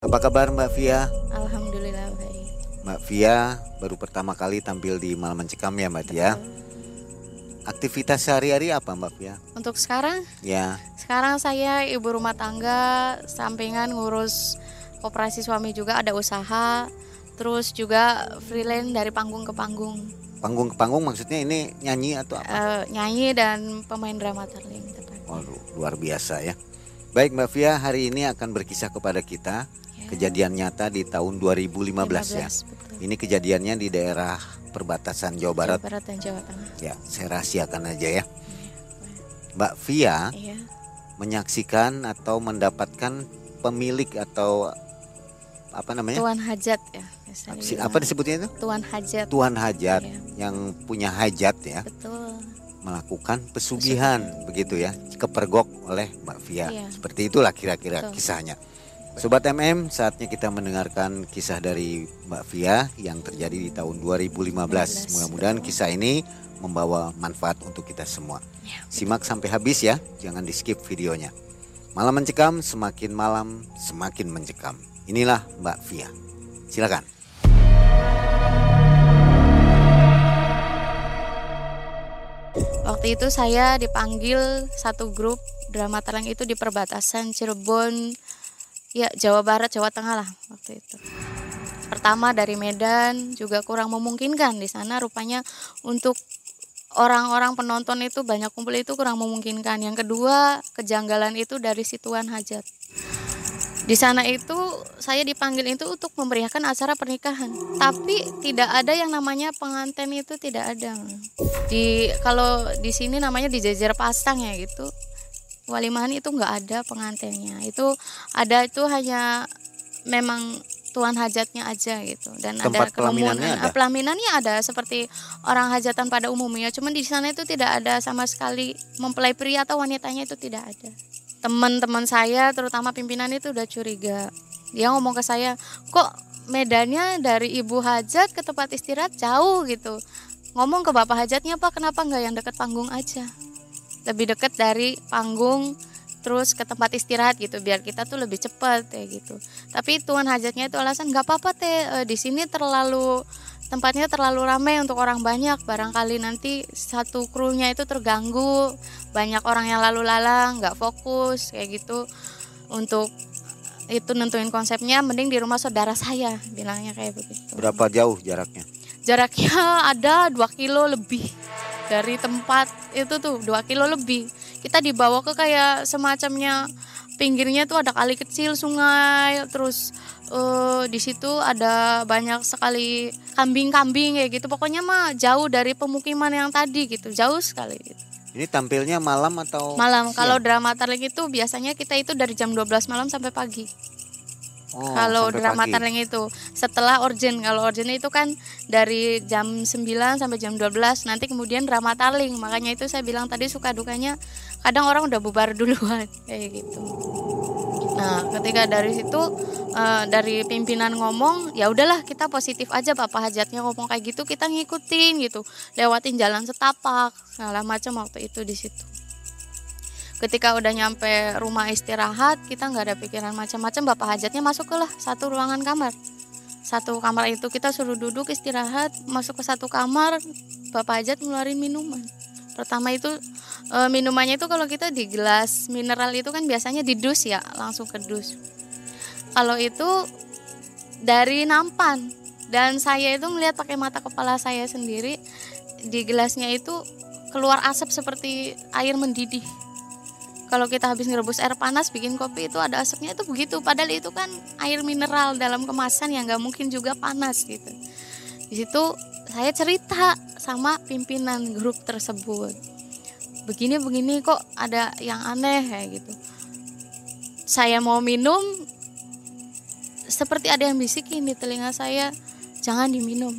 Apa kabar Mbak Via? Alhamdulillah baik. Mbak Via baru pertama kali tampil di Malam Mencekam ya Mbak Tia. Aktivitas sehari-hari apa Mbak Via? Untuk sekarang Ya, saya ibu rumah tangga, sampingan ngurus koperasi suami juga, ada usaha, terus juga freelance dari panggung ke panggung. panggung ke panggung maksudnya ini nyanyi atau apa? Nyanyi dan pemain drama terling tepatnya. Oh, luar biasa ya. Baik Mbak Via, hari ini akan berkisah kepada kita kejadian nyata di tahun 2015 ya. Betul. Ini kejadiannya di daerah perbatasan Jawa Barat. Jawa Barat dan Jawa Tengah. Ya, saya rahasiakan aja ya. Mbak Via Iya. menyaksikan atau mendapatkan pemilik atau apa namanya? Tuan hajat ya. biasanya Apa disebutnya itu? Tuan hajat. Tuan hajat Iya. yang punya hajat ya, Betul. melakukan pesugihan begitu ya, kepergok oleh Mbak Via. Iya. Seperti itulah kira-kira Betul. kisahnya. Sobat MM, saatnya kita mendengarkan kisah dari Mbak Via yang terjadi di tahun 2015. Mudah-mudahan kisah ini membawa manfaat untuk kita semua. Ya. Simak sampai habis ya, jangan di skip videonya. Malam Mencekam, semakin malam semakin mencekam. Inilah Mbak Via. Silakan. Waktu itu saya dipanggil satu grup drama tereng itu di perbatasan Cirebon, ya Jawa Barat, Jawa Tengah lah waktu itu. Pertama dari Medan juga kurang memungkinkan di sana rupanya untuk orang-orang penonton itu banyak kumpul itu kurang memungkinkan. Yang kedua kejanggalan itu dari si Tuan Hajat. Di sana itu saya dipanggil itu untuk memeriahkan acara pernikahan, tapi tidak ada yang namanya pengantin, itu tidak ada. Kalau di sini namanya dijejer pasang ya gitu. Walimahan itu nggak ada pengantinnya. Itu ada itu hanya memang tuan hajatnya aja gitu. Dan Tempat ada kerumunan. pelaminannya ada? Pelaminannya ada seperti orang hajatan pada umumnya. Cuman di sana itu tidak ada sama sekali mempelai pria atau wanitanya, itu tidak ada. Teman-teman saya terutama pimpinan itu udah curiga. Dia ngomong ke saya, kok medannya dari ibu hajat ke tempat istirahat jauh gitu. Ngomong ke bapak hajatnya, Pak, kenapa nggak yang dekat panggung aja, lebih dekat dari panggung terus ke tempat istirahat gitu, biar kita tuh lebih cepat kayak gitu. Tapi tuan hajatnya itu alasan, nggak apa-apa teh, di sini tempatnya terlalu ramai untuk orang banyak, barangkali nanti satu krunya itu terganggu, banyak orang yang lalu lalang, nggak fokus kayak gitu. Untuk itu nentuin konsepnya mending di rumah saudara saya, bilangnya kayak begitu. Berapa jauh jaraknya? Jaraknya ada 2 kilo lebih dari tempat itu tuh, 2 kilo lebih. Kita dibawa ke kayak semacamnya pinggirnya tuh ada kali kecil, sungai, terus di situ ada banyak sekali kambing-kambing kayak gitu. Pokoknya mah jauh dari pemukiman yang tadi gitu, jauh sekali gitu. Ini tampilnya malam atau Malam. siang? Kalau drama terling itu biasanya kita itu dari jam 12 malam sampai pagi. Oh, Kalau sampai drama pagi. terling itu setelah origin. Kalau origin itu kan dari jam 9 sampai jam 12, nanti kemudian drama terling. Makanya itu saya bilang tadi suka dukanya kadang orang udah bubar duluan kayak gitu. Nah, ketika dari situ dari pimpinan ngomong, ya udahlah kita positif aja, bapak hajatnya ngomong kayak gitu kita ngikutin gitu. Lewatin jalan setapak segala macam waktu itu di situ. Ketika udah nyampe rumah istirahat, kita nggak ada pikiran macam-macam. Bapak hajatnya masuk ke lah satu ruangan kamar. Satu kamar itu kita suruh duduk istirahat, masuk ke satu kamar. Bapak hajat ngeluarin minuman. Pertama itu minumannya itu kalau kita di gelas mineral itu kan biasanya di dus ya, langsung ke dus. Kalau itu dari nampan, dan saya itu melihat pakai mata kepala saya sendiri, di gelasnya itu keluar asap seperti air mendidih. Kalau kita habis ngerebus air panas bikin kopi itu ada asapnya, itu begitu. Padahal itu kan air mineral dalam kemasan yang nggak mungkin juga panas gitu. Di situ saya cerita sama pimpinan grup tersebut. Begini kok ada yang aneh kayak gitu. Saya mau minum, seperti ada yang bisikin di telinga saya, jangan diminum.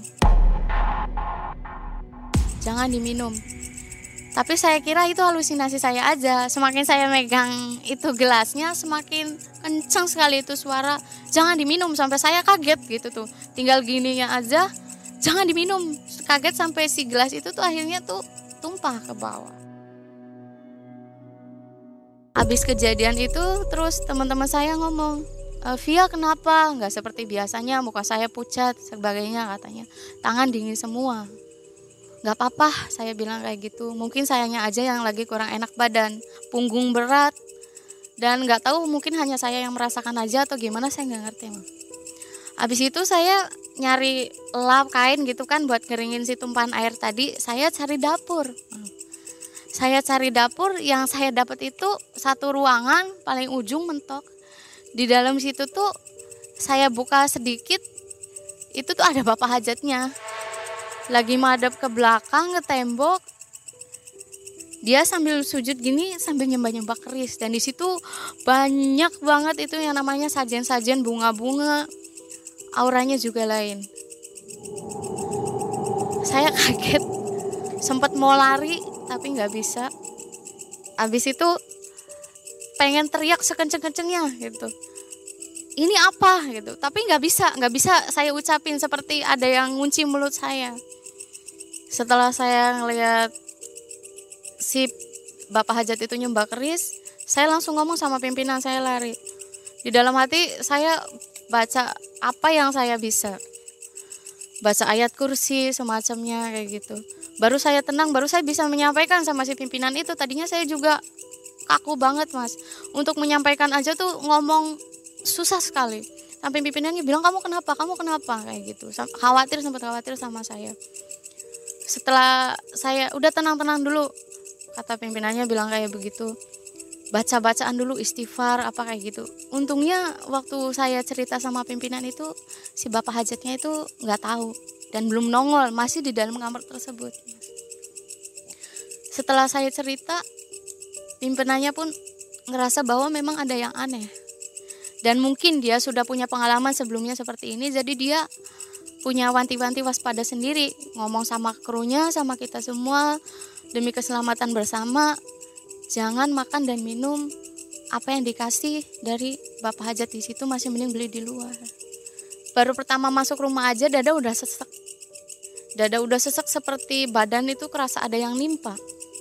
Jangan diminum. Tapi saya kira itu halusinasi saya aja. Semakin saya megang itu gelasnya, semakin kencang sekali itu suara jangan diminum, sampai saya kaget gitu tuh. Tinggal gininya aja, jangan diminum. Kaget sampai si gelas itu tuh akhirnya tuh tumpah ke bawah. Habis kejadian itu terus teman-teman saya ngomong, Via kenapa? Nggak seperti biasanya, muka saya pucat, sebagainya katanya. Tangan dingin semua. Nggak apa-apa, saya bilang kayak gitu. Mungkin sayanya aja yang lagi kurang enak badan, punggung berat, dan nggak tahu mungkin hanya saya yang merasakan aja atau gimana, saya nggak ngerti emang. Habis itu saya nyari lap kain gitu kan buat ngeringin si tumpahan air tadi. Saya cari dapur. Saya cari dapur, yang saya dapat itu satu ruangan paling ujung mentok. Di dalam situ tuh saya buka sedikit, itu tuh ada bapak hajatnya. Lagi madep ke belakang ke tembok. Dia sambil sujud gini sambil nyembah-nyembah keris, dan di situ banyak banget itu yang namanya sajen-sajen bunga-bunga. Auranya juga lain. Saya kaget, sempat mau lari tapi nggak bisa. Habis itu pengen teriak sekenceng-kencengnya gitu. Ini apa gitu, tapi nggak bisa saya ucapin, seperti ada yang ngunci mulut saya. Setelah saya ngelihat si bapak hajat itu nyembah keris, saya langsung ngomong sama pimpinan, saya lari. Di dalam hati saya baca apa yang saya bisa, baca ayat kursi semacamnya kayak gitu. Baru saya tenang, baru saya bisa menyampaikan sama si pimpinan itu. Tadinya saya juga kaku banget mas, untuk menyampaikan aja tuh ngomong susah sekali. Sampai pimpinannya bilang, kamu kenapa kayak gitu, sempat khawatir sama saya. Setelah saya udah tenang dulu, kata pimpinannya bilang kayak begitu, baca-bacaan dulu, istighfar apa kayak gitu. Untungnya waktu saya cerita sama pimpinan itu, si bapak hajatnya itu nggak tahu dan belum nongol, masih di dalam kamar tersebut. Setelah saya cerita, pimpinannya pun ngerasa bahwa memang ada yang aneh, dan mungkin dia sudah punya pengalaman sebelumnya seperti ini, jadi dia punya wanti-wanti waspada sendiri, ngomong sama krunya, sama kita semua, demi keselamatan bersama, jangan makan dan minum apa yang dikasih dari bapak hajat di situ, masih mending beli di luar. Baru pertama masuk rumah aja dada udah sesek seperti badan itu kerasa ada yang nimpa.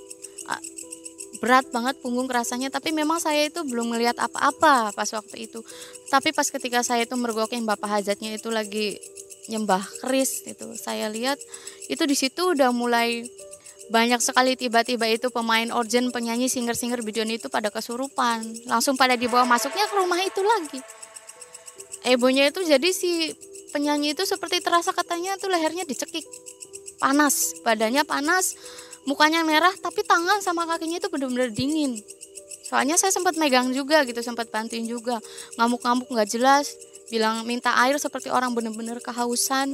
Berat banget punggung rasanya, tapi memang saya itu belum melihat apa-apa pas waktu itu. Tapi pas ketika saya itu mergokin bapak hajatnya itu lagi nyembah keris itu, saya lihat itu di situ udah mulai banyak sekali tiba-tiba itu pemain organ, penyanyi, singer-singer bidion itu pada kesurupan, langsung pada dibawa masuknya ke rumah itu lagi. Ebonya itu jadi si penyanyi itu seperti terasa katanya tuh lehernya dicekik, panas, badannya panas, mukanya merah, tapi tangan sama kakinya itu benar-benar dingin. Soalnya saya sempat megang juga gitu, sempat bantuin juga, ngamuk-ngamuk nggak jelas, bilang minta air seperti orang benar-benar kehausan.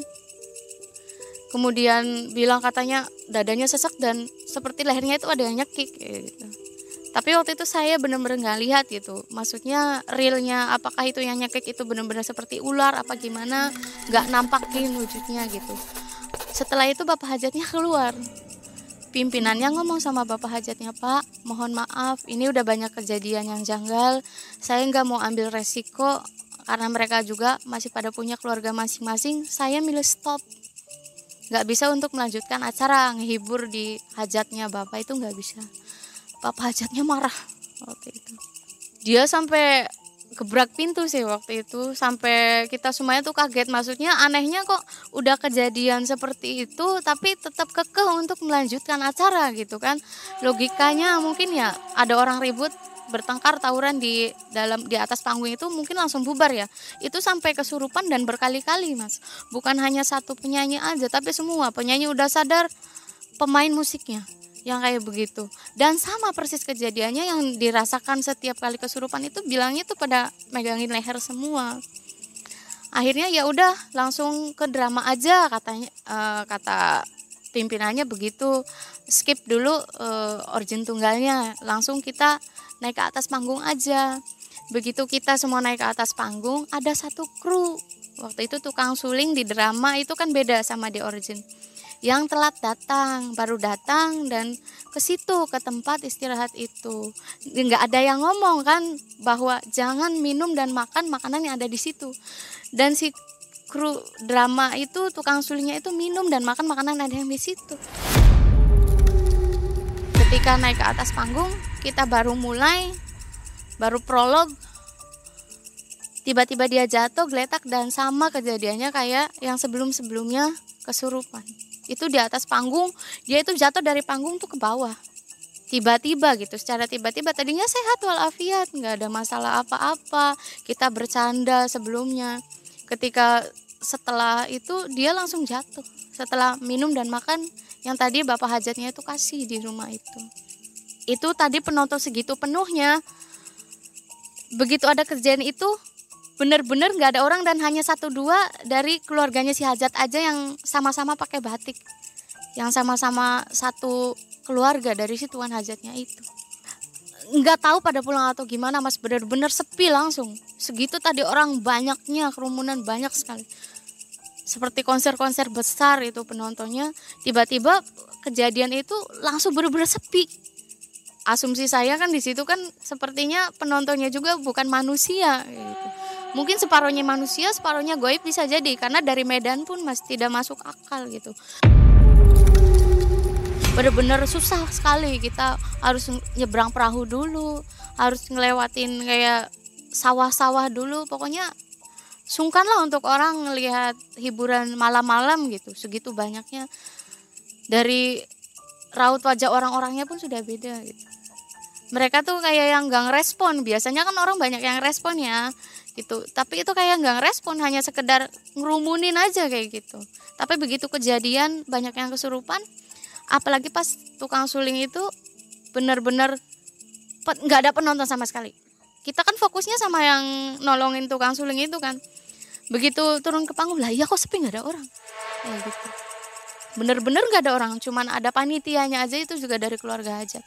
Kemudian bilang katanya dadanya sesek dan seperti lehernya itu ada yang nyekik gitu. Tapi waktu itu saya benar-benar nggak lihat gitu, maksudnya realnya apakah itu yang nyekik itu benar-benar seperti ular apa gimana, nggak nampakin wujudnya gitu. Setelah itu bapak hajatnya keluar. Pimpinannya ngomong sama bapak hajatnya, Pak, mohon maaf, ini udah banyak kejadian yang janggal, saya nggak mau ambil resiko karena mereka juga masih pada punya keluarga masing-masing, saya milih stop, nggak bisa untuk melanjutkan acara ngehibur di hajatnya bapak itu, nggak bisa. Bapak hajatnya marah waktu itu, dia sampai gebrak pintu sih waktu itu, sampai kita semuanya tuh kaget. Maksudnya anehnya kok udah kejadian seperti itu tapi tetap kekeh untuk melanjutkan acara gitu kan. Logikanya mungkin ya ada orang ribut, bertengkar, tawuran di atas panggung itu mungkin langsung bubar ya. Itu sampai kesurupan dan berkali-kali mas, bukan hanya satu penyanyi aja tapi semua penyanyi udah sadar, pemain musiknya yang kayak begitu. Dan sama persis kejadiannya yang dirasakan setiap kali kesurupan itu, bilangnya tuh pada megangin leher semua. Akhirnya ya udah langsung ke drama aja katanya, kata pimpinannya begitu, skip dulu origin tunggalnya, langsung kita naik ke atas panggung aja. Begitu kita semua naik ke atas panggung, ada satu kru waktu itu tukang suling di drama itu kan beda sama di origin, yang telat datang, baru datang dan ke situ, ke tempat istirahat itu. Nggak ada yang ngomong kan bahwa jangan minum dan makan makanan yang ada di situ. Dan si kru drama itu, tukang sulingnya itu minum dan makan makanan ada yang di situ. Ketika naik ke atas panggung, kita baru mulai, baru prolog. Tiba-tiba dia jatuh geletak dan sama kejadiannya kayak yang sebelum-sebelumnya kesurupan. Itu di atas panggung, dia itu jatuh dari panggung tuh ke bawah. Tiba-tiba gitu, secara tiba-tiba, tadinya sehat walafiat, nggak ada masalah apa-apa. Kita bercanda sebelumnya. Ketika setelah itu dia langsung jatuh. Setelah minum dan makan yang tadi bapak hajatnya itu kasih di rumah itu. Itu tadi penonton segitu penuhnya. Begitu ada kejadian itu, benar-benar nggak ada orang dan hanya 1-2 dari keluarganya si hajat aja yang sama-sama pakai batik, yang sama-sama satu keluarga dari si tuan hajatnya itu. Nggak tahu pada pulang atau gimana mas, benar-benar sepi langsung. Segitu tadi orang banyaknya, kerumunan banyak sekali. Seperti konser-konser besar itu penontonnya, tiba-tiba kejadian itu langsung benar-benar sepi. Asumsi saya kan di situ kan sepertinya penontonnya juga bukan manusia gitu. Mungkin separuhnya manusia, separuhnya goib bisa jadi, karena dari medan pun masih tidak masuk akal gitu. Benar-benar susah sekali, kita harus nyebrang perahu dulu, harus ngelewatin kayak sawah-sawah dulu, pokoknya sungkan lah untuk orang ngelihat hiburan malam-malam gitu, segitu banyaknya. Dari raut wajah orang-orangnya pun sudah beda gitu. Mereka tuh kayak yang gak ngerespon, biasanya kan orang banyak yang respon ya gitu, tapi itu kayak nggak ngerespon, hanya sekedar ngerumunin aja kayak gitu. Tapi begitu kejadian banyak yang kesurupan, apalagi pas tukang suling itu benar-benar nggak ada penonton sama sekali. Kita kan fokusnya sama yang nolongin tukang suling itu kan. Begitu turun ke panggung, lah iya kok sepi, nggak ada orang kayak gitu. Bener-bener nggak ada orang, cuman ada panitianya aja, itu juga dari keluarga hajat.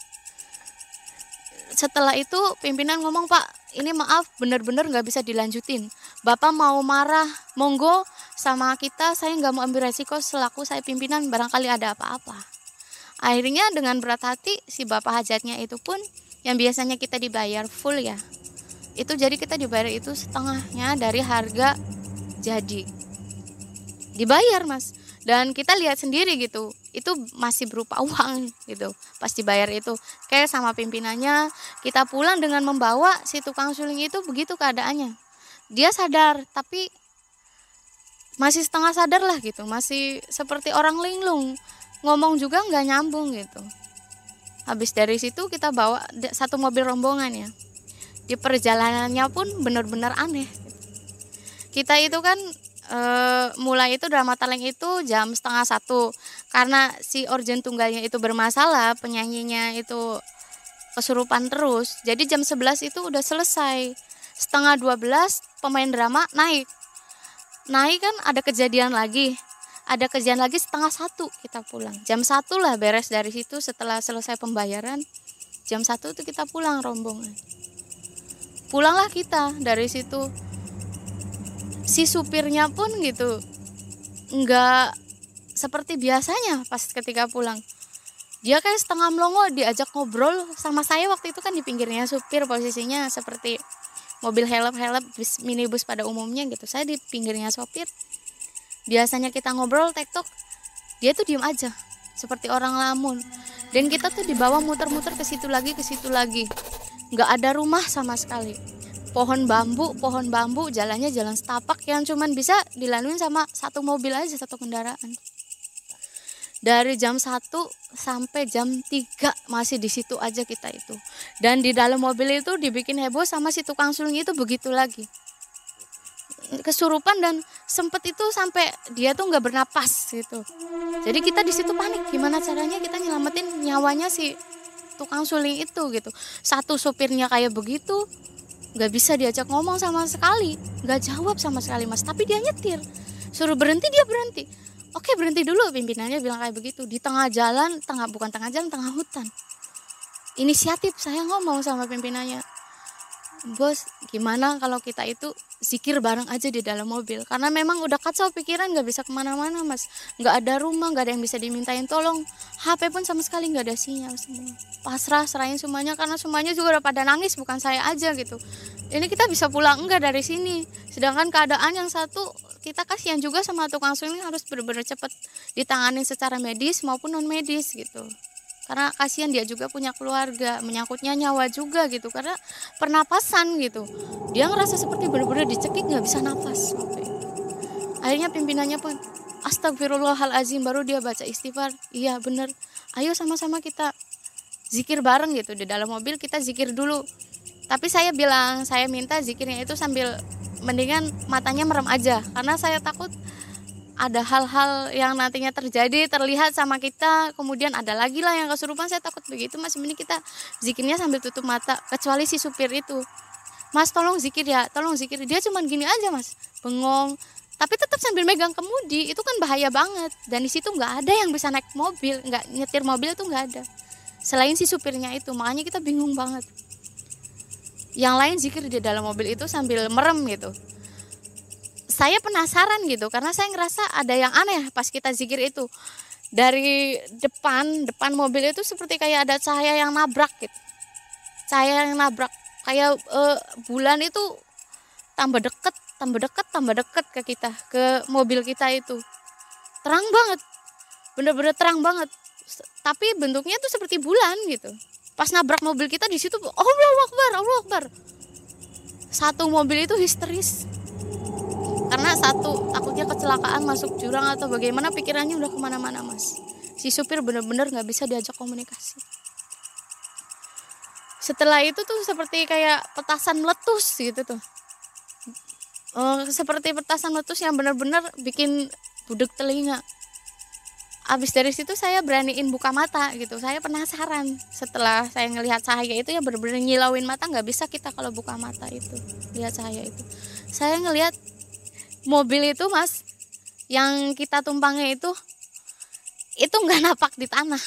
Setelah itu pimpinan ngomong, Pak, ini maaf bener-bener nggak bisa dilanjutin. Bapak mau marah, monggo sama kita, saya nggak mau ambil resiko selaku saya pimpinan, barangkali ada apa-apa. Akhirnya dengan berat hati si bapak hajatnya itu pun, yang biasanya kita dibayar full ya, itu jadi kita dibayar itu setengahnya dari harga jadi. Dibayar mas, dan kita lihat sendiri gitu, itu masih berupa uang gitu. Pas dibayar itu kayak sama pimpinannya, kita pulang dengan membawa si tukang suling itu, begitu keadaannya. Dia sadar tapi masih setengah sadar lah gitu, masih seperti orang linglung, ngomong juga nggak nyambung gitu. Habis dari situ kita bawa satu mobil rombongan ya. Di perjalanannya pun benar-benar aneh. Kita itu kan mulai itu drama Taleng itu jam 12:30, karena si organ tunggalnya itu bermasalah, penyanyinya itu kesurupan terus, jadi jam 11 itu udah selesai. 11:30 pemain drama naik kan, ada kejadian lagi 12:30 kita pulang. Jam 1 lah beres dari situ, setelah selesai pembayaran jam 1 itu kita pulang rombongan. Pulanglah kita dari situ. Si supirnya pun gitu nggak seperti biasanya. Pas ketika pulang dia kayak setengah melongo, diajak ngobrol sama saya. Waktu itu kan di pinggirnya supir, posisinya seperti mobil helep bis, minibus pada umumnya gitu. Saya di pinggirnya sopir. Biasanya kita ngobrol tektok, dia tuh diem aja seperti orang lamun. Dan kita tuh dibawa muter-muter ke situ lagi, nggak ada rumah sama sekali. Pohon bambu, jalannya jalan setapak yang cuman bisa dilaluin sama satu mobil aja, satu kendaraan. Dari jam 1 sampai jam 3 masih di situ aja kita itu. Dan di dalam mobil itu dibikin heboh sama si tukang suling itu begitu lagi. Kesurupan dan sempet itu sampai dia tuh nggak bernapas gitu. Jadi kita di situ panik, gimana caranya kita nyelamatin nyawanya si tukang suling itu gitu. Satu supirnya kayak begitu, nggak bisa diajak ngomong sama sekali, nggak jawab sama sekali mas, tapi dia nyetir, suruh berhenti dia berhenti. Oke berhenti dulu, pimpinannya bilang kayak begitu. Di tengah jalan, tengah hutan. Inisiatif saya ngomong sama pimpinannya, bos gimana kalau kita itu zikir bareng aja di dalam mobil, karena memang udah kacau pikiran, nggak bisa kemana-mana mas, nggak ada rumah, nggak ada yang bisa dimintain tolong, HP pun sama sekali nggak ada sinyal, semua pasrah, serahin semuanya, karena semuanya juga udah pada nangis, bukan saya aja gitu. Ini kita bisa pulang enggak dari sini, sedangkan keadaan yang satu kita kasihan juga sama tukang suling, harus benar-benar cepat ditangani secara medis maupun non medis gitu, karena kasihan dia juga punya keluarga, menyangkutnya nyawa juga gitu, karena pernapasan gitu. Dia ngerasa seperti benar-benar dicekik, nggak bisa nafas waktu itu. Akhirnya pimpinannya pun astagfirullahalazim, baru dia baca istighfar. Iya bener, ayo sama-sama kita zikir bareng gitu, di dalam mobil kita zikir dulu. Tapi saya bilang, saya minta zikirnya itu sambil mendingan matanya merem aja, karena saya takut ada hal-hal yang nantinya terjadi terlihat sama kita, kemudian ada lagi lah yang kesurupan. Saya takut begitu Mas, ini kita zikirnya sambil tutup mata. Kecuali si supir itu, Mas tolong zikir ya, tolong zikir. Dia cuman gini aja Mas, bengong, tapi tetap sambil megang kemudi. Itu kan bahaya banget, dan di situ nggak ada yang bisa naik mobil, nggak nyetir mobil itu nggak ada selain si supirnya itu. Makanya kita bingung banget. Yang lain zikir di dalam mobil itu sambil merem gitu. Saya penasaran gitu, karena saya ngerasa ada yang aneh pas kita zikir itu. Dari depan mobil itu seperti kayak ada cahaya yang nabrak gitu. Cahaya yang nabrak, kayak bulan itu tambah deket ke kita, ke mobil kita itu. Terang banget, bener-bener terang banget. Tapi bentuknya tuh seperti bulan gitu. Pas nabrak mobil kita di situ, Allahu Akbar. Satu mobil itu histeris. Karena satu, takutnya kecelakaan masuk jurang atau bagaimana, pikirannya udah kemana-mana Mas. Si supir benar-benar gak bisa diajak komunikasi. Setelah itu tuh seperti kayak petasan meletus gitu tuh. Seperti petasan meletus yang benar-benar bikin budek telinga. Abis dari situ saya beraniin buka mata gitu. Saya penasaran. Setelah saya ngelihat cahaya itu ya benar-benar nyilauin mata, gak bisa kita kalau buka mata itu, lihat cahaya itu. Saya ngelihat mobil itu Mas, yang kita tumpangnya itu nggak napak di tanah.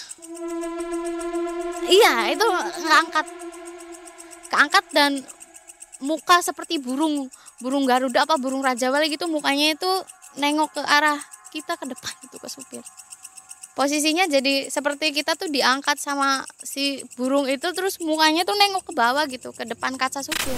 Iya, itu keangkat dan muka seperti burung Garuda apa burung Raja Wali gitu, mukanya itu nengok ke arah kita, ke depan itu, ke supir. Posisinya jadi seperti kita tuh diangkat sama si burung itu, terus mukanya tuh nengok ke bawah gitu, ke depan kaca supir.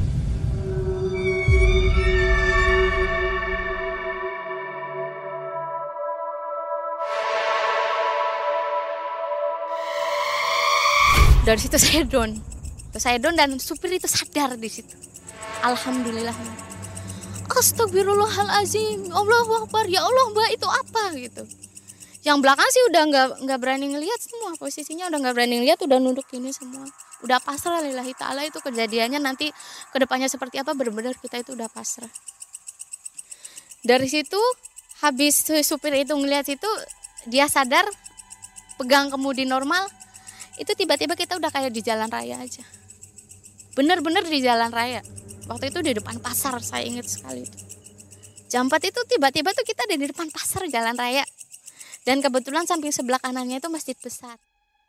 Dari situ saya down dan supir itu sadar di situ. Alhamdulillah. Astagfirullahalazim, Allahu Akbar, ya Allah Mbak itu apa gitu. Yang belakang sih udah nggak berani ngelihat semua, posisinya udah nggak berani ngelihat, udah nunduk ini semua, udah pasrah lillahi ta'ala. Itu kejadiannya nanti kedepannya seperti apa benar-benar kita itu udah pasrah. Dari situ habis supir itu ngelihat itu, dia sadar, pegang kemudi normal. Itu tiba-tiba kita udah kayak di jalan raya aja, bener-bener di jalan raya. Waktu itu di depan pasar, saya ingat sekali itu. Jam 4 itu tiba-tiba tuh kita ada di depan pasar jalan raya, dan kebetulan samping sebelah kanannya itu masjid besar.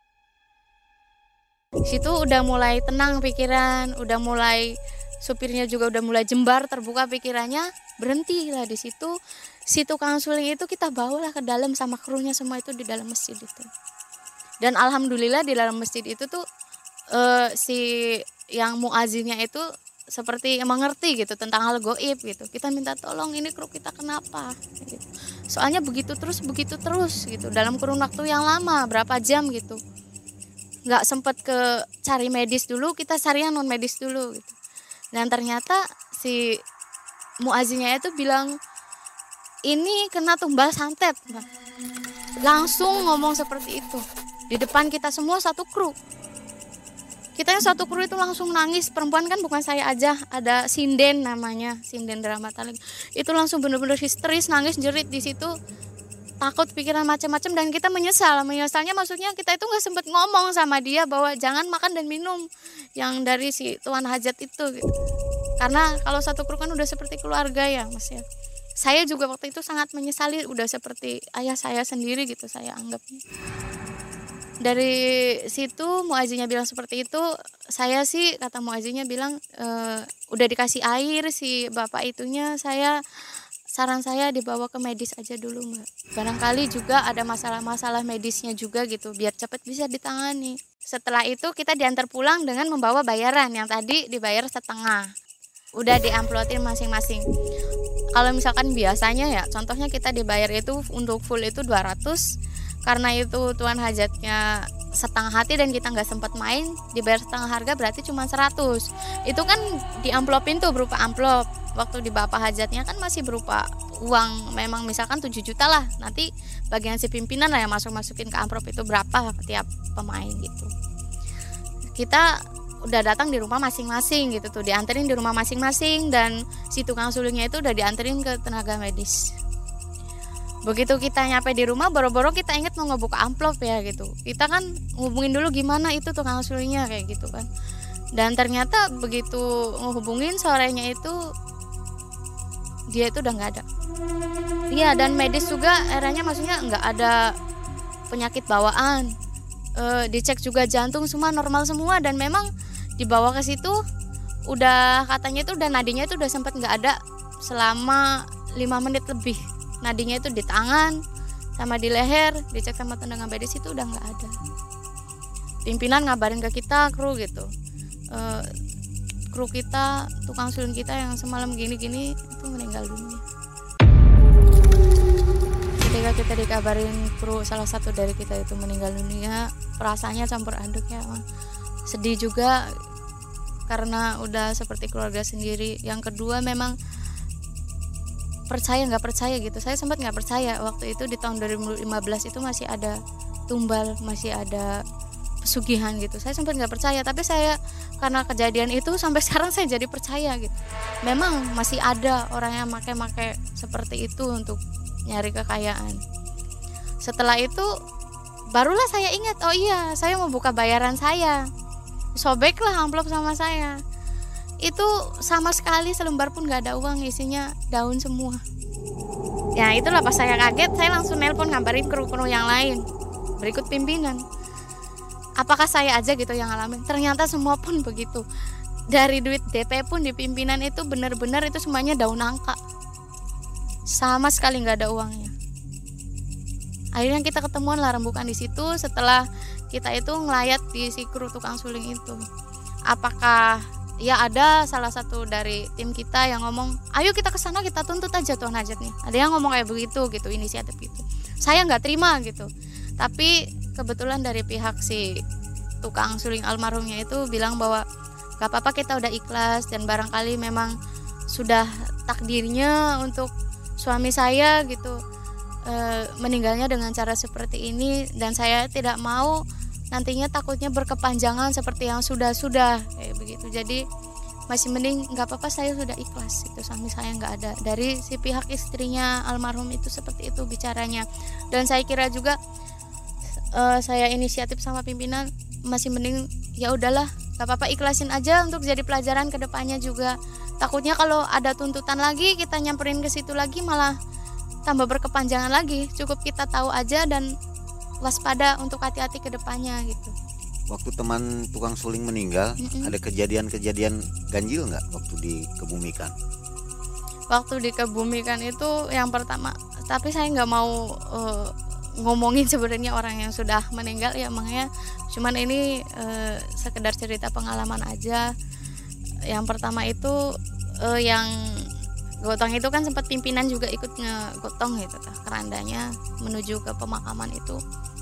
Situ udah mulai tenang pikiran, udah mulai, supirnya juga udah mulai jembar, terbuka pikirannya. Berhentilah di situ. Si tukang suling itu kita bawalah ke dalam sama krunya semua itu di dalam masjid itu. Dan alhamdulillah di dalam masjid itu tuh si yang muazinnya itu seperti mengerti gitu tentang hal goib gitu. Kita minta tolong, ini kru kita kenapa gitu. Soalnya begitu terus gitu dalam kurun waktu yang lama, berapa jam gitu. Nggak sempet ke cari medis dulu, kita cari yang non medis dulu gitu. Dan ternyata si muazinnya itu bilang, ini kena tumbal santet Mbak. Langsung ngomong seperti itu di depan kita semua, satu kru. Kita yang satu kru itu langsung nangis. Perempuan kan bukan saya aja, ada sinden namanya, sinden drama taling. Itu langsung benar-benar histeris, nangis, jerit di situ. Takut, pikiran macam-macam, dan kita menyesal. Menyesalnya maksudnya kita itu nggak sempat ngomong sama dia bahwa jangan makan dan minum yang dari si tuan hajat itu gitu. Karena kalau satu kru kan udah seperti keluarga ya Mas ya. Saya juga waktu itu sangat menyesali, udah seperti ayah saya sendiri gitu saya anggapnya. Dari situ muazinnya bilang seperti itu, saya sih kata muazinnya bilang udah dikasih air si bapak itunya, saran saya dibawa ke medis aja dulu Mbak. Barangkali juga ada masalah-masalah medisnya juga gitu, biar cepat bisa ditangani. Setelah itu kita diantar pulang dengan membawa bayaran yang tadi dibayar setengah. Udah diamplotin masing-masing. Kalau misalkan biasanya ya, contohnya kita dibayar itu untuk full itu 200. Karena itu tuan hajatnya setengah hati dan kita nggak sempat main, dibayar setengah harga berarti cuma 100. Itu kan diamplopin tuh berupa amplop. Waktu di bapak hajatnya kan masih berupa uang, memang misalkan 7 juta lah, nanti bagian si pimpinan lah yang masukin ke amplop itu berapa tiap pemain gitu. Kita udah datang di rumah masing-masing gitu tuh, dianterin di rumah masing-masing, dan si tukang sulingnya itu udah dianterin ke tenaga medis. Begitu kita nyampe di rumah, boro-boro kita inget mau ngebuka amplop ya gitu, kita kan ngubungin dulu gimana itu tukang sulingnya kayak gitu kan. Dan ternyata begitu ngehubungin, sorenya itu dia itu udah nggak ada. Iya, dan medis juga eranya maksudnya nggak ada penyakit bawaan. Dicek juga jantung semua normal semua, dan memang dibawa ke situ udah katanya itu udah nadinya itu udah sempat nggak ada selama 5 menit lebih. Nadinya itu di tangan sama di leher, dicek sama tenaga medis itu udah nggak ada. Pimpinan ngabarin ke kita, kru gitu, kru kita, tukang suling kita yang semalam gini-gini itu meninggal dunia. Ketika kita dikabarin kru salah satu dari kita itu meninggal dunia, perasaannya campur aduk ya, sedih juga karena udah seperti keluarga sendiri. Yang kedua memang percaya nggak percaya gitu, saya sempat nggak percaya waktu itu di tahun 2015 itu masih ada tumbal, masih ada pesugihan gitu, saya sempat nggak percaya, tapi saya karena kejadian itu sampai sekarang saya jadi percaya gitu, memang masih ada orang yang make seperti itu untuk nyari kekayaan. Setelah itu barulah saya ingat, oh iya saya mau buka bayaran saya, sobeklah amplop sama saya. Itu sama sekali selembar pun gak ada uang, isinya daun semua. Ya itulah pas saya kaget, saya langsung nelpon ngabarin kru-kru yang lain berikut pimpinan. Apakah saya aja gitu yang ngalamin? Ternyata semua pun begitu. Dari duit DP pun di pimpinan itu benar-benar itu semuanya daun nangka, sama sekali gak ada uangnya. Akhirnya kita ketemuan lah rembukan di situ setelah kita itu ngelayat di si kru tukang suling itu. Apakah ya ada salah satu dari tim kita yang ngomong, ayo kita ke sana kita tuntut aja tuan hajat nih. Ada yang ngomong kayak begitu gitu, inisiatif gitu. Saya nggak terima gitu. Tapi kebetulan dari pihak si tukang suling almarhumnya itu bilang bahwa gak apa-apa, kita udah ikhlas dan barangkali memang sudah takdirnya untuk suami saya gitu meninggalnya dengan cara seperti ini, dan saya tidak mau nantinya takutnya berkepanjangan seperti yang sudah kayak begitu. Jadi masih mending nggak apa-apa, saya sudah ikhlas itu, suami saya nggak ada. Dari si pihak istrinya almarhum itu seperti itu bicaranya. Dan saya kira juga saya inisiatif sama pimpinan, masih mending ya udahlah, nggak apa-apa, ikhlasin aja untuk jadi pelajaran ke depannya juga. Takutnya kalau ada tuntutan lagi kita nyamperin ke situ lagi malah tambah berkepanjangan lagi. Cukup kita tahu aja dan waspada untuk hati-hati ke depannya gitu. Waktu teman tukang suling meninggal, ada kejadian-kejadian ganjil nggak waktu dikebumikan? Waktu dikebumikan itu yang pertama, tapi saya nggak mau ngomongin sebenarnya orang yang sudah meninggal ya, makanya cuman ini sekedar cerita pengalaman aja. Yang pertama itu yang gotong itu kan sempat pimpinan juga ikut ngegotong gitu kerandanya menuju ke pemakaman itu.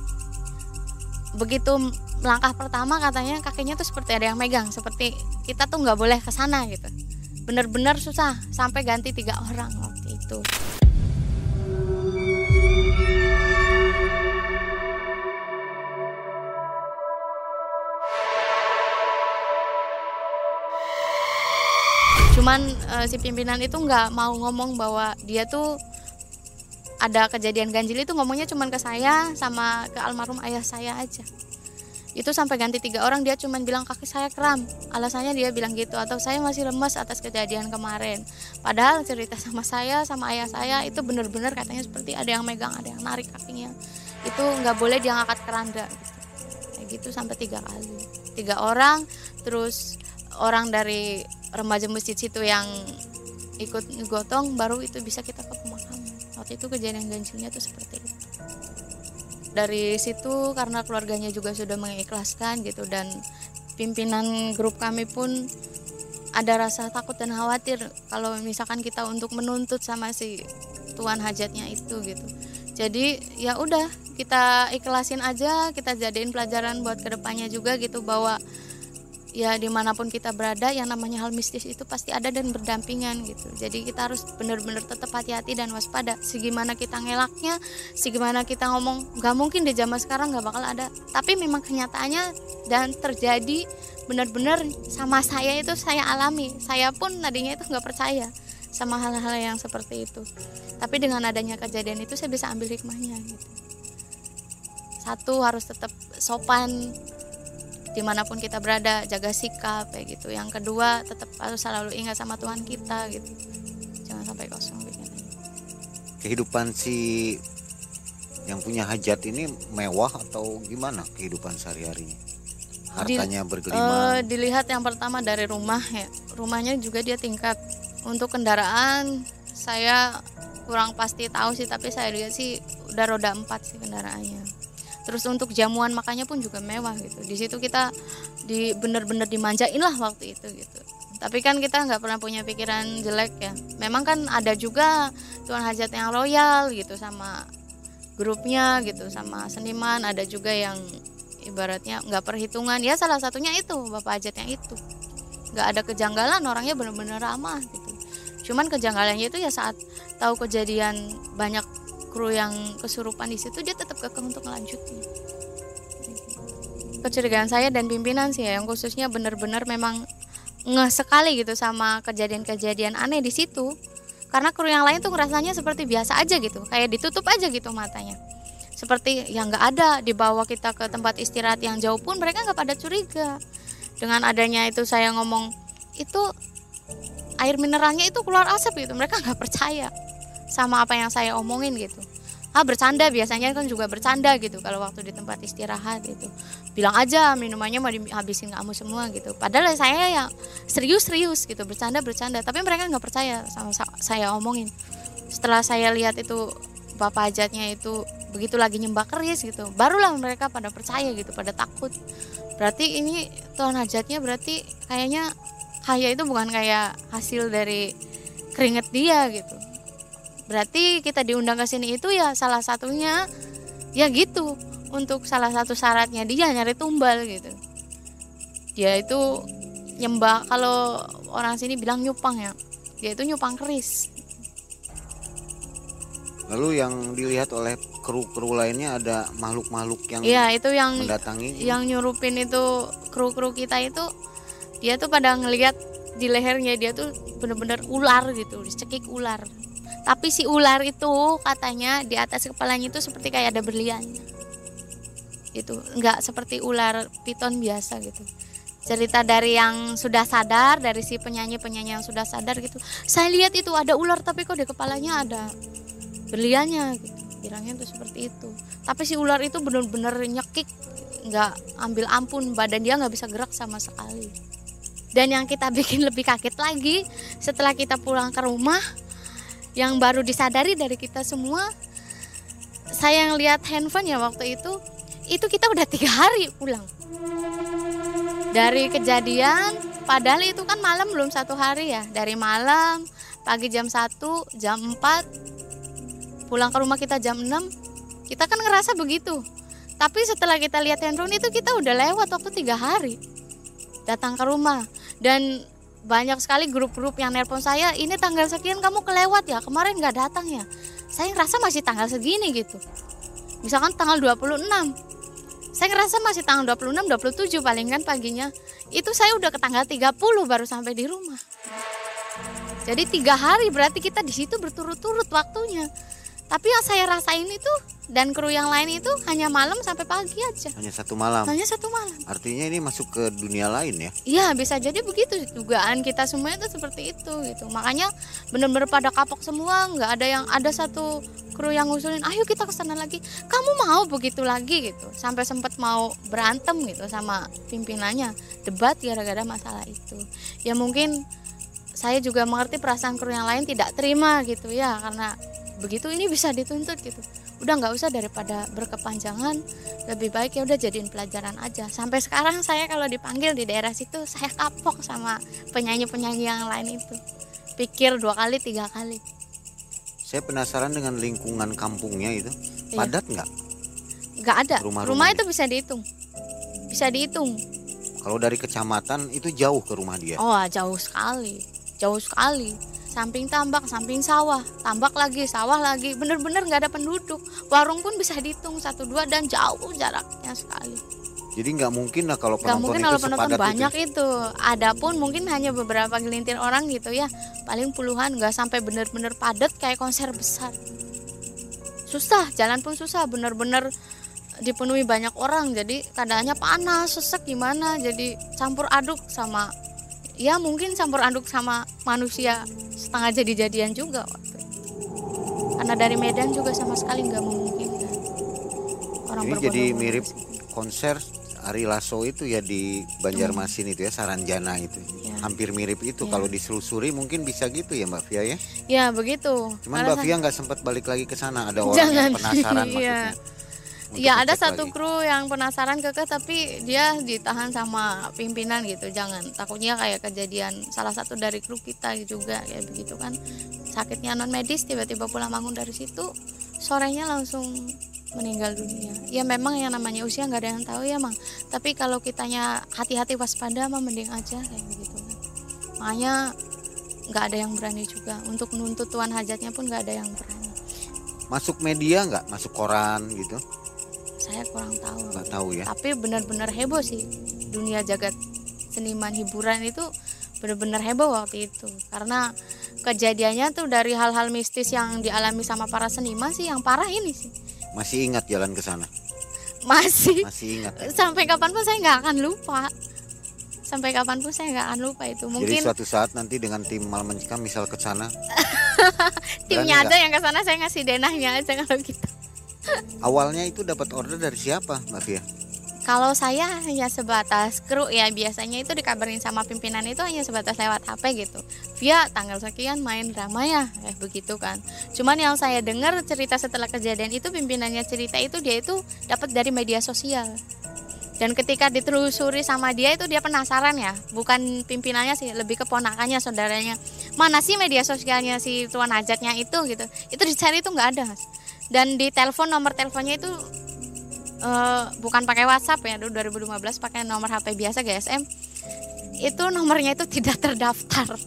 Begitu langkah pertama katanya kakinya tuh seperti ada yang megang, seperti kita tuh nggak boleh ke sana gitu. Bener-bener susah sampai ganti 3 orang waktu itu. Cuman si pimpinan itu nggak mau ngomong bahwa dia tuh ada kejadian ganjil itu, ngomongnya cuman ke saya sama ke almarhum ayah saya aja. Itu sampai ganti 3 orang, dia cuman bilang kaki saya kram, alasannya dia bilang gitu, atau saya masih lemas atas kejadian kemarin. Padahal cerita sama saya sama ayah saya itu benar-benar katanya seperti ada yang megang, ada yang narik kakinya, itu nggak boleh dia ngangkat keranda gitu. Kayak gitu sampai 3 kali, 3 orang. Terus orang dari remaja masjid situ yang ikut ngegotong baru itu bisa kita ke pemakaman. Waktu itu kejadian ganjilnya tuh seperti itu. Dari situ karena keluarganya juga sudah mengikhlaskan gitu, dan pimpinan grup kami pun ada rasa takut dan khawatir kalau misalkan kita untuk menuntut sama si tuan hajatnya itu gitu. Jadi ya udah kita ikhlasin aja, kita jadiin pelajaran buat kedepannya juga gitu, bahwa ya dimanapun kita berada yang namanya hal mistis itu pasti ada dan berdampingan gitu. Jadi kita harus benar-benar tetap hati-hati dan waspada. Segimana kita ngelaknya, segimana kita ngomong nggak mungkin di zaman sekarang nggak bakal ada, tapi memang kenyataannya dan terjadi benar-benar sama saya, itu saya alami. Saya pun tadinya itu nggak percaya sama hal-hal yang seperti itu, tapi dengan adanya kejadian itu saya bisa ambil hikmahnya gitu. Satu, harus tetap sopan dimanapun kita berada, jaga sikap kayak gitu. Yang kedua, tetap harus selalu ingat sama Tuhan kita gitu, jangan sampai kosong pikirannya. Kehidupan si yang punya hajat ini mewah atau gimana kehidupan sehari-harinya? Hartanya bergelimang. Dilihat yang pertama dari rumah ya, rumahnya juga dia tingkat. Untuk kendaraan saya kurang pasti tahu sih, tapi saya lihat sih udah roda 4 sih kendaraannya. Terus untuk jamuan makannya pun juga mewah gitu. Di situ kita bener-bener dimanjain lah waktu itu gitu. Tapi kan kita nggak pernah punya pikiran jelek ya. Memang kan ada juga tuan hajat yang loyal gitu sama grupnya gitu, sama seniman. Ada juga yang ibaratnya nggak perhitungan. Ya salah satunya itu bapak hajat yang itu. Nggak ada kejanggalan, orangnya bener-bener ramah gitu. Cuman kejanggalannya itu ya saat tahu kejadian banyak kru yang kesurupan di situ, dia tetap kekeh untuk melanjutin. Kecurigaan saya dan pimpinan sih ya, yang khususnya benar-benar memang ngeh sekali gitu sama kejadian-kejadian aneh di situ. Karena kru yang lain tuh rasanya seperti biasa aja gitu, kayak ditutup aja gitu matanya. Seperti yang nggak ada. Dibawa kita ke tempat istirahat yang jauh pun mereka nggak pada curiga. Dengan adanya itu saya ngomong itu air mineralnya itu keluar asap gitu, mereka nggak percaya sama apa yang saya omongin gitu. Bercanda, biasanya kan juga bercanda gitu kalau waktu di tempat istirahat gitu. Bilang aja minumannya mau dihabisin kamu semua gitu. Padahal saya yang serius-serius gitu, bercanda-bercanda, tapi mereka nggak percaya sama saya omongin. Setelah saya lihat itu bapak hajatnya itu begitu lagi nyembah keris gitu, barulah mereka pada percaya gitu, pada takut. Berarti ini tuan hajatnya berarti kayaknya kaya itu bukan kayak hasil dari keringet dia gitu. Berarti kita diundang ke sini itu ya salah satunya ya gitu, untuk salah satu syaratnya dia nyari tumbal gitu. Dia itu nyembah, kalau orang sini bilang nyupang ya, dia itu nyupang keris. Lalu yang dilihat oleh kru-kru lainnya ada makhluk-makhluk yang itu yang mendatangi. Yang nyurupin itu kru-kru kita itu, dia tuh pada ngelihat di lehernya dia tuh bener-bener ular gitu, dicekik ular. Tapi si ular itu katanya di atas kepalanya itu seperti kayak ada berliannya. Itu enggak seperti ular piton biasa gitu. Cerita dari yang sudah sadar, dari si penyanyi-penyanyi yang sudah sadar gitu. Saya lihat itu ada ular tapi kok di kepalanya ada berliannya gitu. Bilangnya tuh seperti itu. Tapi si ular itu benar-benar nyekik, enggak ambil ampun, badan dia enggak bisa gerak sama sekali. Dan yang kita bikin lebih kaget lagi, setelah kita pulang ke rumah, yang baru disadari dari kita semua, saya yang lihat handphone ya waktu itu kita udah 3 hari pulang dari kejadian. Padahal itu kan malam, belum 1 hari ya. Dari malam, pagi jam 1, jam 4, pulang ke rumah kita jam 6. Kita kan ngerasa begitu. Tapi setelah kita lihat handphone itu kita udah lewat waktu 3 hari datang ke rumah. Dan banyak sekali grup-grup yang nelpon saya, ini tanggal sekian kamu kelewat ya, kemarin gak datang ya. Saya ngerasa masih tanggal segini gitu. Misalkan tanggal 26, saya ngerasa masih tanggal 26, 27 paling kan paginya. Itu saya udah ke tanggal 30 baru sampai di rumah. Jadi 3 hari berarti kita di situ berturut-turut waktunya. Tapi yang saya rasain itu dan kru yang lain itu hanya malam sampai pagi aja. Hanya 1 malam. Hanya 1 malam. Artinya ini masuk ke dunia lain ya? Iya, bisa jadi begitu. Dugaan kita semua itu seperti itu gitu. Makanya benar-benar pada kapok semua. Nggak ada yang, ada satu kru yang ngusulin, ayo kita kesana lagi. Kamu mau begitu lagi gitu. Sampai sempat mau berantem gitu sama pimpinannya, debat gara-gara masalah itu. Ya mungkin saya juga mengerti perasaan kru yang lain tidak terima gitu ya, karena begitu ini bisa dituntut gitu. Udah nggak usah, daripada berkepanjangan, lebih baik ya udah jadiin pelajaran aja. Sampai sekarang saya kalau dipanggil di daerah situ, saya kapok sama penyanyi-penyanyi yang lain itu. Pikir 2 kali 3 kali. Saya penasaran dengan lingkungan kampungnya itu, padat nggak? nggak ada. Rumah-rumahnya. Rumah itu bisa dihitung. Bisa dihitung. Kalau dari kecamatan itu jauh ke rumah dia. Oh, jauh sekali. Jauh sekali. Samping tambak, samping sawah, tambak lagi, sawah lagi. Bener-bener nggak ada penduduk. Warung pun bisa dihitung 1-2 dan jauh jaraknya sekali. Jadi nggak mungkin lah kalau Nggak penonton mungkin itu kalau penonton sepadat banyak itu. itu. Adapun mungkin hanya beberapa gelintir orang gitu ya. Paling puluhan, nggak sampai bener-bener padat kayak konser besar. Susah, jalan pun susah, bener-bener dipenuhi banyak orang. Jadi keadaannya panas, sesek gimana. Jadi campur aduk sama, ya mungkin campur aduk sama manusia setengah jadi-jadian juga waktu itu. Karena dari Medan juga sama sekali nggak memungkinkan. Orang Ini jadi berbondong-bondong mirip ke situ. konser Ari Lasso itu ya di Banjarmasin itu ya, Saranjana itu. Ya. Hampir mirip itu. Ya. Kalau diselusuri mungkin bisa gitu ya Mbak Via ya. Ya begitu. Cuman Karena Mbak Via nggak sempat balik lagi ke sana. Ada orang Jangan. yang penasaran Iya. maksudnya. untuk Ya ada ngecek satu lagi. kru yang penasaran kekeh tapi dia ditahan sama pimpinan gitu. Jangan, takutnya kayak kejadian salah satu dari kru kita juga kayak begitu kan. Sakitnya non medis tiba-tiba pulang bangun dari situ, sorenya langsung meninggal dunia. Ya memang yang namanya usia nggak ada yang tahu ya Mang. Tapi kalau kitanya hati-hati waspada mah mending aja kayak begitu kan. Makanya nggak ada yang berani juga untuk nuntut tuan hajatnya pun nggak ada yang berani. Masuk media nggak? Masuk koran gitu? Saya kurang tahu. Nggak tahu ya. Tapi benar-benar heboh sih dunia jagat seniman hiburan itu, benar-benar heboh waktu itu karena kejadiannya tuh dari hal-hal mistis yang dialami sama para seniman sih yang parah ini sih. Masih ingat jalan ke sana? Masih Masih ingat. sampai kapanpun saya nggak akan lupa. Sampai kapanpun saya nggak akan lupa itu. Jadi Mungkin suatu saat nanti dengan tim Malam Mencekam misal ke sana, timnya berani aja yang ke sana, saya ngasih denahnya aja kalau gitu. awalnya itu dapat order dari siapa Mbak Via? Kalau saya hanya sebatas kru ya, biasanya itu dikabarin sama pimpinan itu hanya sebatas lewat HP gitu. Via tanggal sekian main drama ya, begitu kan. Cuman yang saya dengar cerita setelah kejadian itu, pimpinannya cerita itu dia itu dapat dari media sosial. Dan ketika ditelusuri sama dia itu dia penasaran ya, bukan pimpinannya sih, lebih ke ponakannya, saudaranya. Mana sih media sosialnya si tuan hajatnya itu gitu. Itu dicari itu nggak ada, Mas. Dan di telepon, nomor teleponnya itu bukan pakai WhatsApp ya, dulu 2015 pakai nomor HP biasa GSM. Itu nomornya itu tidak terdaftar.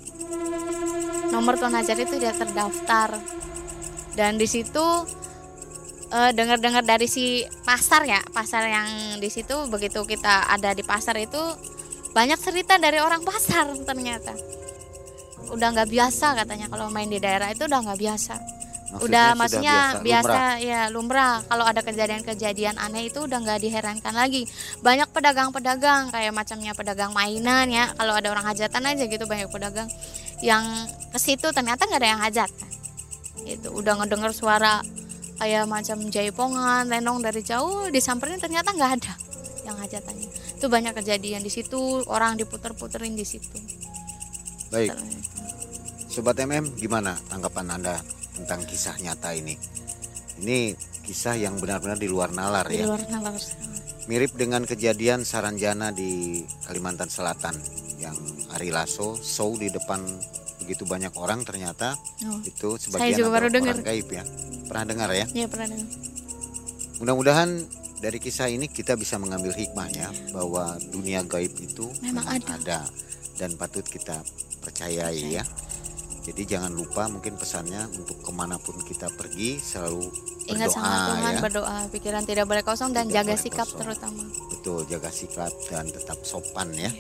Nomor tuan hajat itu tidak terdaftar. Dan di situ dengar-dengar dari si pasar ya, pasar yang di situ, begitu kita ada di pasar itu banyak cerita dari orang pasar ternyata. Udah nggak biasa katanya kalau main di daerah itu udah nggak biasa. Maksudnya biasa ya, lumrah. Kalau ada kejadian-kejadian aneh itu udah nggak diherankan lagi. Banyak pedagang-pedagang kayak macamnya pedagang mainan ya. Kalau ada orang hajatan aja gitu, banyak pedagang yang ke situ ternyata nggak ada yang hajat. Itu udah ngedenger suara kayak macam jaipongan, lenong dari jauh, disamperin ternyata nggak ada yang hajatannya. Itu banyak kejadian di situ, orang diputer-puterin di situ. Baik. Sobat MM, gimana tanggapan Anda tentang kisah nyata ini? Ini kisah yang benar-benar di luar nalar Di ya. luar nalar. Mirip dengan kejadian Saranjana di Kalimantan Selatan yang Ari Lasso show di depan begitu banyak orang, ternyata itu sebagian juga baru adalah dengar. orang gaib ya. Pernah dengar ya? Iya, pernah dengar. Mudah-mudahan dari kisah ini kita bisa mengambil hikmahnya bahwa dunia gaib itu Memang ada dan patut kita percayai ya. Jadi jangan lupa mungkin pesannya untuk kemanapun kita pergi selalu Ingat sama berdoa Tuhan, ya. berdoa, pikiran tidak boleh kosong dan Tidak jaga boleh sikap kosong. terutama. Betul, jaga sikap dan tetap sopan ya.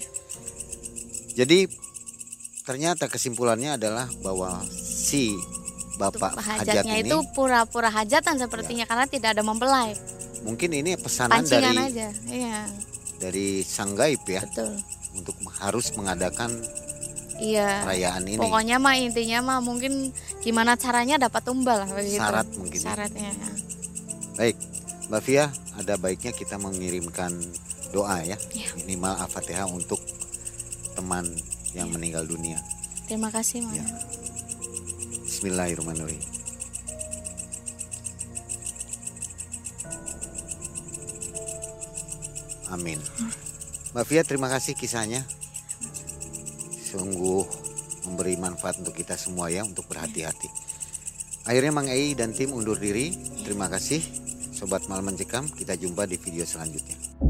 Jadi ternyata kesimpulannya adalah bahwa si Bapak hajat Hajatnya ini itu pura-pura hajatan sepertinya karena tidak ada mempelai. mungkin ini pesanan Pancingan dari aja. Iya, sang gaib ya, betul. untuk harus mengadakan Iya. perayaan ini. Pokoknya mah intinya mah mungkin gimana caranya dapat tumbal lah begitu. Syarat mungkin ya. Syaratnya. Baik, Mbak Via, ada baiknya kita mengirimkan doa ya, Ya. minimal Al-Fatihah untuk teman yang meninggal dunia. Terima kasih, Mas. Ya. Bismillahirrahmanirrahim. Amin. Mbak Via, terima kasih kisahnya. Sungguh memberi manfaat untuk kita semua ya, untuk berhati-hati. Akhirnya Mang Ei dan tim undur diri. Terima kasih. Sobat Malam Mencekam, kita jumpa di video selanjutnya.